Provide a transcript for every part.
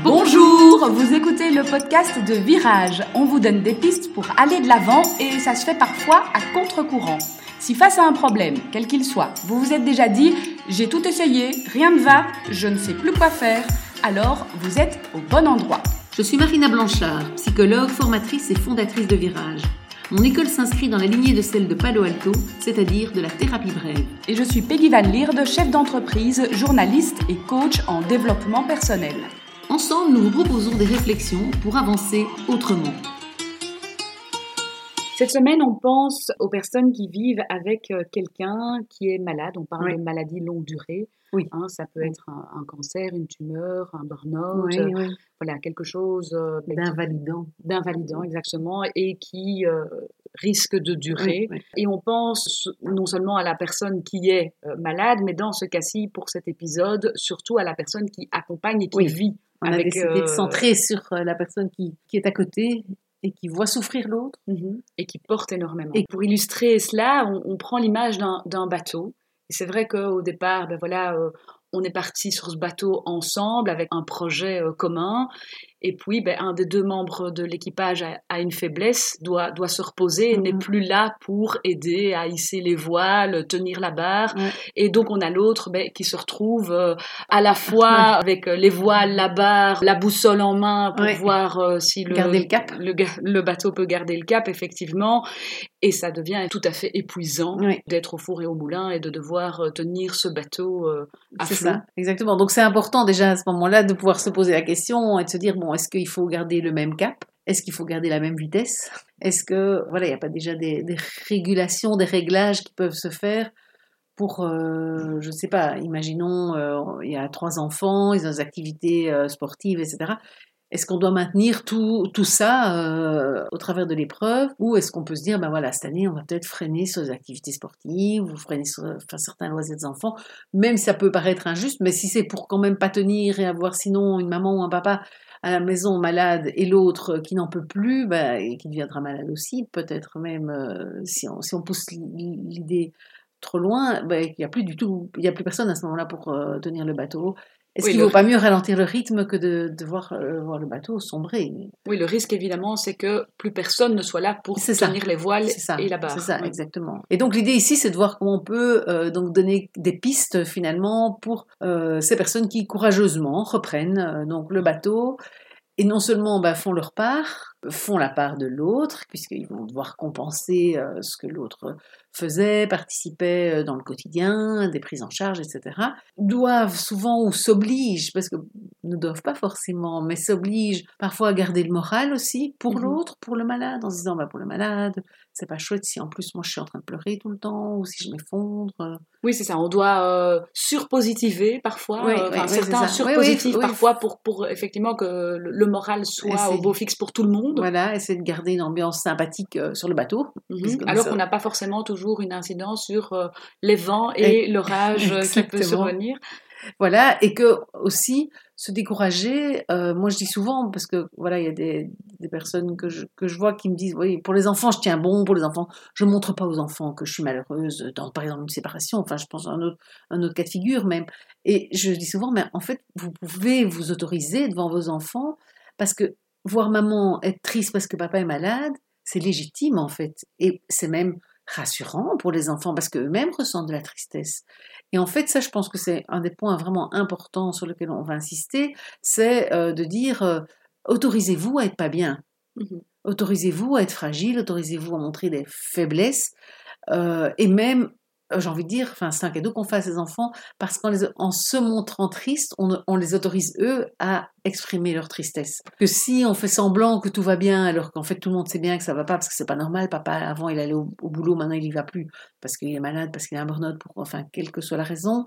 Bonjour, vous écoutez le podcast de Virage. On vous donne des pistes pour aller de l'avant et ça se fait parfois à contre-courant. Si face à un problème, quel qu'il soit, vous vous êtes déjà dit « j'ai tout essayé, rien ne va, je ne sais plus quoi faire », alors vous êtes au bon endroit. Je suis Marina Blanchard, psychologue, formatrice et fondatrice de Virage. Mon école s'inscrit dans la lignée de celle de Palo Alto, c'est-à-dire de la thérapie brève. Et je suis Peggy Van Lierde, chef d'entreprise, journaliste et coach en développement personnel. Ensemble, nous vous proposons des réflexions pour avancer autrement. Cette semaine, on pense aux personnes qui vivent avec quelqu'un qui est malade. On parle de maladie longue durée. Oui. Ça peut être un cancer, une tumeur, un burn-out, voilà, quelque chose d'invalidant, exactement, et qui risque de durer. Oui. Et on pense non seulement à la personne qui est malade, mais dans ce cas-ci, pour cet épisode, surtout à la personne qui accompagne et qui vit. On a décidé de centrer sur la personne qui est à côté et qui voit souffrir l'autre. Et qui porte énormément. Et pour illustrer cela, on prend l'image d'un bateau. Et c'est vrai qu'au départ, on est parti sur ce bateau ensemble avec un projet commun. Et puis, un des deux membres de l'équipage a une faiblesse, doit se reposer et n'est plus là pour aider à hisser les voiles, tenir la barre. Et donc, on a l'autre qui se retrouve à la fois avec les voiles, la barre, la boussole en main pour voir si garder le cap. Le bateau peut garder le cap, effectivement. Et ça devient tout à fait épuisant d'être au four et au moulin et de devoir tenir ce bateau à flot. C'est ça, exactement. Donc, c'est important déjà à ce moment-là de pouvoir se poser la question et de se dire, est-ce qu'il faut garder le même cap ? Est-ce qu'il faut garder la même vitesse ? Est-ce que, il n'y a pas déjà des régulations, des réglages qui peuvent se faire pour, je ne sais pas, imaginons, il y a 3 enfants, ils ont des activités sportives, etc. Est-ce qu'on doit maintenir tout ça au travers de l'épreuve, ou est-ce qu'on peut se dire, cette année, on va peut-être freiner sur les activités sportives ou freiner sur certains loisirs des enfants, même si ça peut paraître injuste, mais si c'est pour quand même pas tenir et avoir sinon une maman ou un papa à la maison malade et l'autre qui n'en peut plus, et qui deviendra malade aussi, peut-être même si on pousse l'idée trop loin, il n'y a plus personne à ce moment-là pour tenir le bateau. Est-ce qu'il ne vaut pas mieux ralentir le rythme que de voir le bateau sombrer ? Oui, le risque, évidemment, c'est que plus personne ne soit là pour tenir les voiles et la barre. C'est ça, exactement. Et donc, l'idée ici, c'est de voir comment on peut donc donner des pistes, finalement, pour ces personnes qui, courageusement, reprennent donc le bateau et non seulement font leur part, font la part de l'autre, puisqu'ils vont devoir compenser ce que l'autre faisait, participait dans le quotidien, des prises en charge, etc., doivent souvent ou s'obligent, parce que ne doivent pas forcément, mais s'obligent parfois à garder le moral aussi pour l'autre, pour le malade, en se disant pour le malade, c'est pas chouette si en plus moi je suis en train de pleurer tout le temps ou si je m'effondre. Oui, c'est ça, on doit surpositiver parfois, certains surpositifs parfois pour effectivement que le moral soit au beau fixe pour tout le monde. Voilà, essayer de garder une ambiance sympathique sur le bateau. Alors qu'on n'a pas forcément toujours une incidence sur les vents et l'orage qui peut survenir. Voilà, et que aussi se décourager, moi je dis souvent, parce que il y a des personnes que je vois qui me disent, oui, pour les enfants je tiens bon, pour les enfants, je ne montre pas aux enfants que je suis malheureuse dans par exemple une séparation, je pense à un autre cas de figure même, et je dis souvent, mais en fait vous pouvez vous autoriser devant vos enfants, parce que voir maman être triste parce que papa est malade, c'est légitime en fait, et c'est même rassurant pour les enfants parce qu'eux-mêmes ressentent de la tristesse. Et en fait, ça, je pense que c'est un des points vraiment importants sur lesquels on va insister, c'est de dire autorisez-vous à être pas bien, autorisez-vous à être fragile, autorisez-vous à montrer des faiblesses, et même, j'ai envie de dire, c'est un cadeau qu'on fait à ces enfants parce qu'en se montrant triste, on les autorise eux à exprimer leur tristesse. Que si on fait semblant que tout va bien alors qu'en fait tout le monde sait bien que ça va pas parce que c'est pas normal, papa avant il allait au boulot, maintenant il y va plus parce qu'il est malade, parce qu'il a un burn-out, quelle que soit la raison,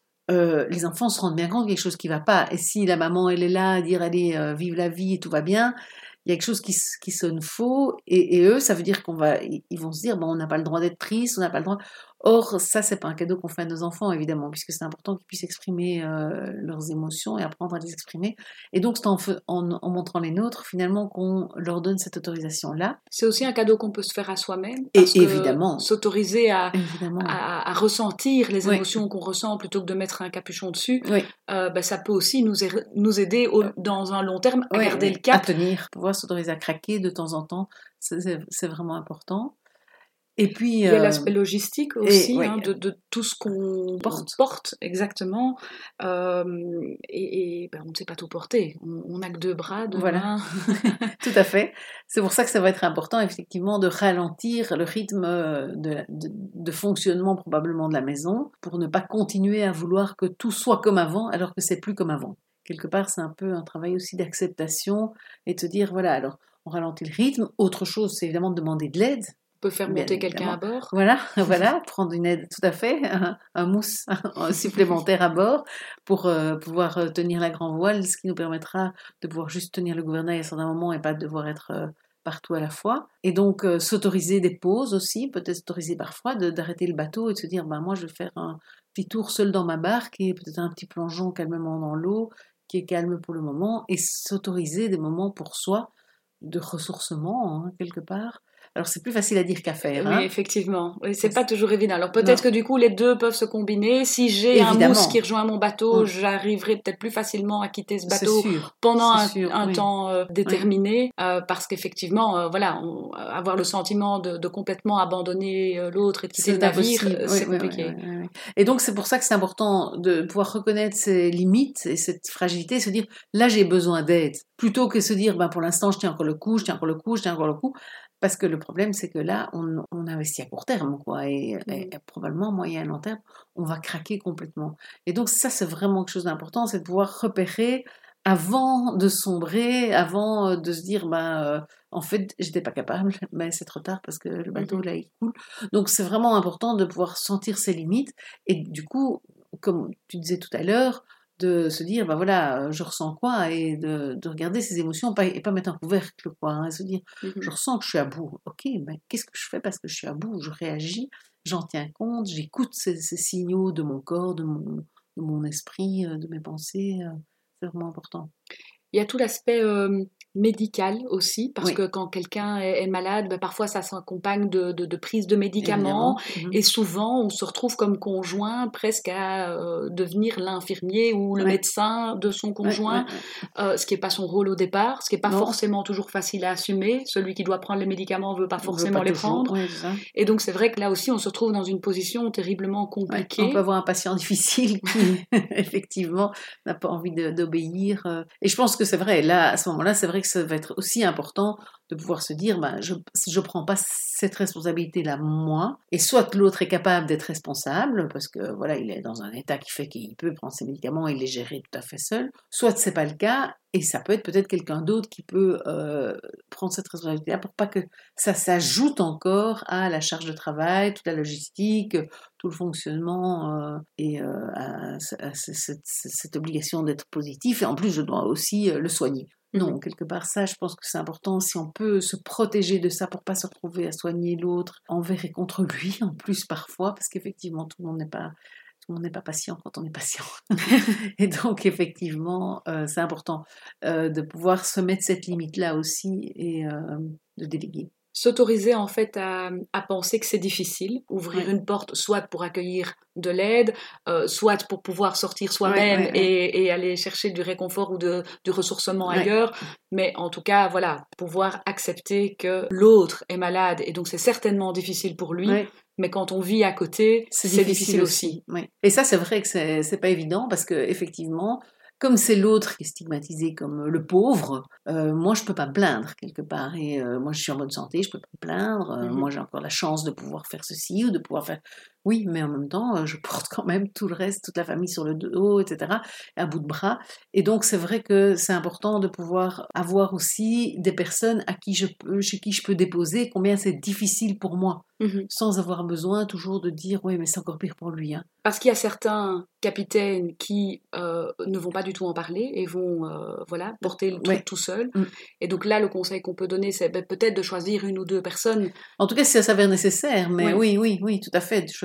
les enfants se rendent bien compte qu'il y a quelque chose qui va pas. Et si la maman elle est là à dire allez vive la vie et tout va bien, il y a quelque chose qui sonne faux, et eux, ça veut dire ils vont se dire, on n'a pas le droit d'être triste, on n'a pas le droit. Or, ça, c'est pas un cadeau qu'on fait à nos enfants, évidemment, puisque c'est important qu'ils puissent exprimer leurs émotions et apprendre à les exprimer. Et donc, c'est en montrant les nôtres, finalement, qu'on leur donne cette autorisation-là. C'est aussi un cadeau qu'on peut se faire à soi-même, Et parce que évidemment, s'autoriser évidemment. à ressentir les Oui. émotions qu'on ressent plutôt que de mettre un capuchon dessus, Oui. Ça peut aussi nous aider dans un long terme à garder le À cap. tenir, pouvoir s'autoriser à craquer de temps en temps, c'est vraiment important. Et puis, il y a l'aspect logistique aussi, oui, de tout ce qu'on porte exactement. Et on ne sait pas tout porter. On n'a que 2 bras, 2 mains. Tout à fait. C'est pour ça que ça va être important, effectivement, de ralentir le rythme de fonctionnement probablement de la maison pour ne pas continuer à vouloir que tout soit comme avant alors que c'est plus comme avant. Quelque part, c'est un peu un travail aussi d'acceptation et de se dire, voilà, alors on ralentit le rythme. Autre chose, c'est évidemment de demander de l'aide. On peut faire monter quelqu'un à bord. Voilà, prendre une aide, tout à fait, un mousse supplémentaire à bord pour pouvoir tenir la grand voile, ce qui nous permettra de pouvoir juste tenir le gouvernail à certains moments et pas devoir être partout à la fois. Et donc s'autoriser des pauses aussi, peut-être s'autoriser parfois d'arrêter le bateau et de se dire, moi je vais faire un petit tour seul dans ma barque et peut-être un petit plongeon calmement dans l'eau, qui est calme pour le moment, et s'autoriser des moments pour soi de ressourcement, quelque part. Alors, c'est plus facile à dire qu'à faire. Oui, effectivement. Oui, c'est pas toujours évident. Alors, peut-être que du coup, les deux peuvent se combiner. Si j'ai un mousse qui rejoint mon bateau, j'arriverai peut-être plus facilement à quitter ce bateau pendant un temps déterminé. Parce qu'effectivement, avoir le sentiment de complètement abandonner l'autre et de quitter le navire, c'est compliqué. Oui. Et donc, c'est pour ça que c'est important de pouvoir reconnaître ses limites et cette fragilité, se dire, là, j'ai besoin d'aide. Plutôt que se dire, pour l'instant, je tiens encore le coup. Parce que le problème, c'est que là, on investit à court terme, quoi, et probablement moyen et long terme, on va craquer complètement. Et donc ça, c'est vraiment quelque chose d'important, c'est de pouvoir repérer avant de sombrer, avant de se dire, en fait, j'étais pas capable, mais c'est trop tard parce que le bateau, là, il coule. Donc c'est vraiment important de pouvoir sentir ses limites et du coup, comme tu disais tout à l'heure, de se dire, je ressens quoi, et de regarder ses émotions, et pas mettre un couvercle, quoi, et se dire, je ressens que je suis à bout, ok, mais qu'est-ce que je fais parce que je suis à bout? Je réagis, j'en tiens compte, j'écoute ces signaux de mon corps, de mon esprit, de mes pensées, c'est vraiment important. Il y a tout l'aspect médical aussi, parce que quand quelqu'un est malade, parfois ça s'accompagne de prise de médicaments, et souvent on se retrouve comme conjoint presque à devenir l'infirmier ou le médecin de son conjoint, ce qui n'est pas son rôle au départ, ce qui n'est pas forcément toujours facile à assumer. Celui qui doit prendre les médicaments ne veut pas forcément les prendre. Et donc c'est vrai que là aussi on se retrouve dans une position terriblement compliquée. On peut avoir un patient difficile qui effectivement n'a pas envie d'obéir. Et je pense que c'est vrai, là, à ce moment-là, c'est vrai que ça va être aussi important de pouvoir se dire, si je prends pas cette responsabilité-là, moi, et soit l'autre est capable d'être responsable, parce que voilà, il est dans un état qui fait qu'il peut prendre ses médicaments et les gérer tout à fait seul, soit c'est pas le cas, et ça peut être peut-être quelqu'un d'autre qui peut prendre cette responsabilité-là pour pas que ça s'ajoute encore à la charge de travail, toute la logistique, tout le fonctionnement et à cette obligation d'être positif. Et en plus, je dois aussi le soigner. Non, quelque part, ça, je pense que c'est important. Si on peut se protéger de ça pour pas se retrouver à soigner l'autre envers et contre lui, en plus parfois, parce qu'effectivement, tout le monde n'est pas patient quand on est patient. Et donc, effectivement, c'est important de pouvoir se mettre cette limite-là aussi et de déléguer. S'autoriser en fait à penser que c'est difficile, ouvrir une porte soit pour accueillir de l'aide, soit pour pouvoir sortir soi-même et aller chercher du réconfort ou du ressourcement ailleurs, mais en tout cas, pouvoir accepter que l'autre est malade et donc c'est certainement difficile pour lui, mais quand on vit à côté, c'est difficile aussi. Et ça, c'est vrai que c'est pas évident parce que effectivement, comme c'est l'autre qui est stigmatisé comme le pauvre, moi je peux pas me plaindre quelque part. Et moi je suis en bonne santé, je peux pas me plaindre. Moi j'ai encore la chance de pouvoir faire ceci ou de pouvoir faire... Oui, mais en même temps, je porte quand même tout le reste, toute la famille sur le dos, etc., à bout de bras. Et donc c'est vrai que c'est important de pouvoir avoir aussi des personnes chez qui je peux déposer combien c'est difficile pour moi, sans avoir besoin toujours de dire « oui, mais c'est encore pire pour lui ». Parce qu'il y a certains capitaines qui ne vont pas du tout en parler et vont porter le truc tout seul. Et donc là, le conseil qu'on peut donner, c'est peut-être de choisir une ou deux personnes. En tout cas, si ça s'avère nécessaire, mais oui, tout à fait, de choisir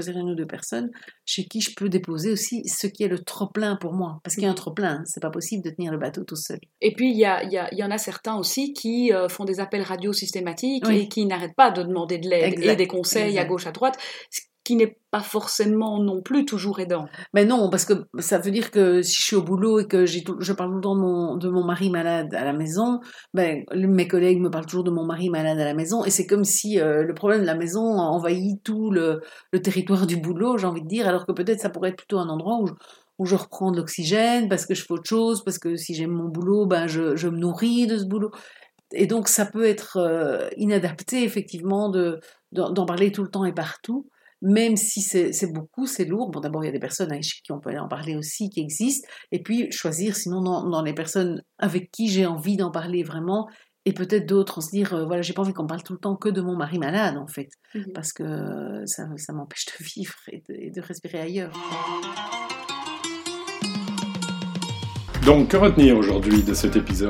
choisir une ou deux personnes chez qui je peux déposer aussi ce qui est le trop-plein pour moi. Parce qu'il y a un trop-plein, c'est pas possible de tenir le bateau tout seul. Et puis, il y en a certains aussi qui font des appels radio systématiques et qui n'arrêtent pas de demander de l'aide et des conseils à gauche, à droite, ce qui n'est pas forcément non plus toujours aidant. Mais non, parce que ça veut dire que si je suis au boulot et que je parle tout le temps de mon mari malade à la maison, mes collègues me parlent toujours de mon mari malade à la maison, et c'est comme si le problème de la maison envahit tout le territoire du boulot, j'ai envie de dire, alors que peut-être ça pourrait être plutôt un endroit où je reprends de l'oxygène, parce que je fais autre chose, parce que si j'aime mon boulot, je me nourris de ce boulot. Et donc ça peut être inadapté, effectivement, d'en parler tout le temps et partout. Même si c'est beaucoup, c'est lourd. Bon, d'abord, il y a des personnes avec qui on peut en parler aussi, qui existent. Et puis, choisir, sinon, dans les personnes avec qui j'ai envie d'en parler vraiment. Et peut-être d'autres, se dire, voilà, j'ai pas envie qu'on parle tout le temps que de mon mari malade, en fait. Parce que ça m'empêche de vivre et de respirer ailleurs. Donc, que retenir aujourd'hui de cet épisode ?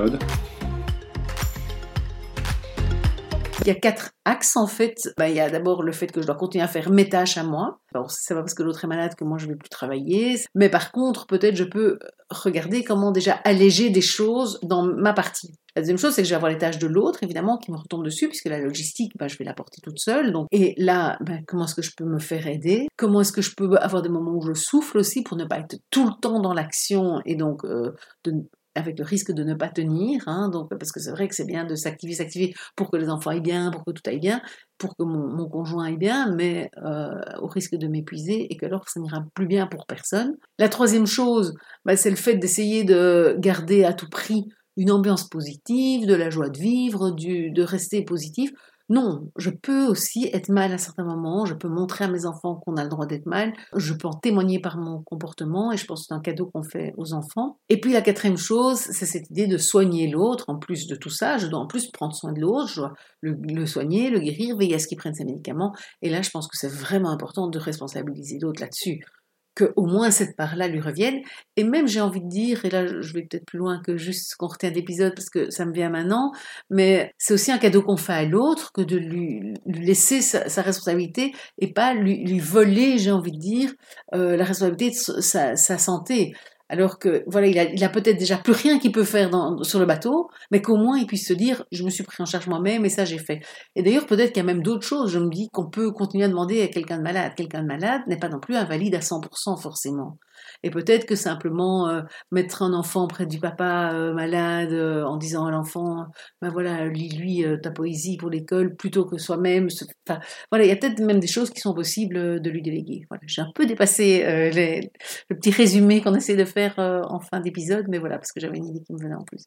Il y a 4 axes en fait. Il y a d'abord le fait que je dois continuer à faire mes tâches à moi. Alors c'est pas parce que l'autre est malade que moi je vais plus travailler. Mais par contre, peut-être je peux regarder comment déjà alléger des choses dans ma partie. La deuxième chose, c'est que je vais avoir les tâches de l'autre, évidemment, qui me retombent dessus, puisque la logistique, je vais la porter toute seule. Donc, et là, comment est-ce que je peux me faire aider ? Comment est-ce que je peux avoir des moments où je souffle aussi pour ne pas être tout le temps dans l'action et donc avec le risque de ne pas tenir, donc, parce que c'est vrai que c'est bien de s'activer pour que les enfants aillent bien, pour que tout aille bien, pour que mon conjoint aille bien, mais au risque de m'épuiser et que alors ça n'ira plus bien pour personne. La troisième chose, c'est le fait d'essayer de garder à tout prix une ambiance positive, de la joie de vivre, de rester positif. Non, je peux aussi être mal à certains moments, je peux montrer à mes enfants qu'on a le droit d'être mal, je peux en témoigner par mon comportement et je pense que c'est un cadeau qu'on fait aux enfants. Et puis la quatrième chose, c'est cette idée de soigner l'autre. En plus de tout ça, je dois en plus prendre soin de l'autre, je dois le soigner, le guérir, veiller à ce qu'il prenne ses médicaments. Et là, je pense que c'est vraiment important de responsabiliser l'autre là-dessus. Qu'au moins cette part-là lui revienne. Et même, j'ai envie de dire, et là je vais peut-être plus loin que juste ce qu'on retient d'épisode parce que ça me vient maintenant, mais c'est aussi un cadeau qu'on fait à l'autre que de lui laisser sa responsabilité et pas lui voler, j'ai envie de dire, la responsabilité de sa santé. Alors que, voilà, il a peut-être déjà plus rien qu'il peut faire sur le bateau, mais qu'au moins il puisse se dire, je me suis pris en charge moi-même et ça j'ai fait. Et d'ailleurs, peut-être qu'il y a même d'autres choses. Je me dis qu'on peut continuer à demander à quelqu'un de malade. Quelqu'un de malade n'est pas non plus invalide à 100% forcément. Et peut-être que simplement mettre un enfant près du papa malade en disant à l'enfant, voilà, lis-lui ta poésie pour l'école plutôt que soi-même. Enfin, voilà, il y a peut-être même des choses qui sont possibles de lui déléguer. Voilà, j'ai un peu dépassé le petit résumé qu'on essaie de faire en fin d'épisode, mais voilà, parce que j'avais une idée qui me venait en plus.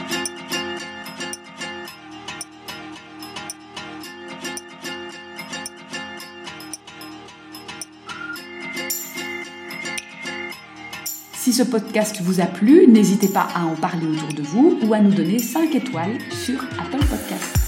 Si ce podcast vous a plu, n'hésitez pas à en parler autour de vous ou à nous donner 5 étoiles sur Apple Podcast.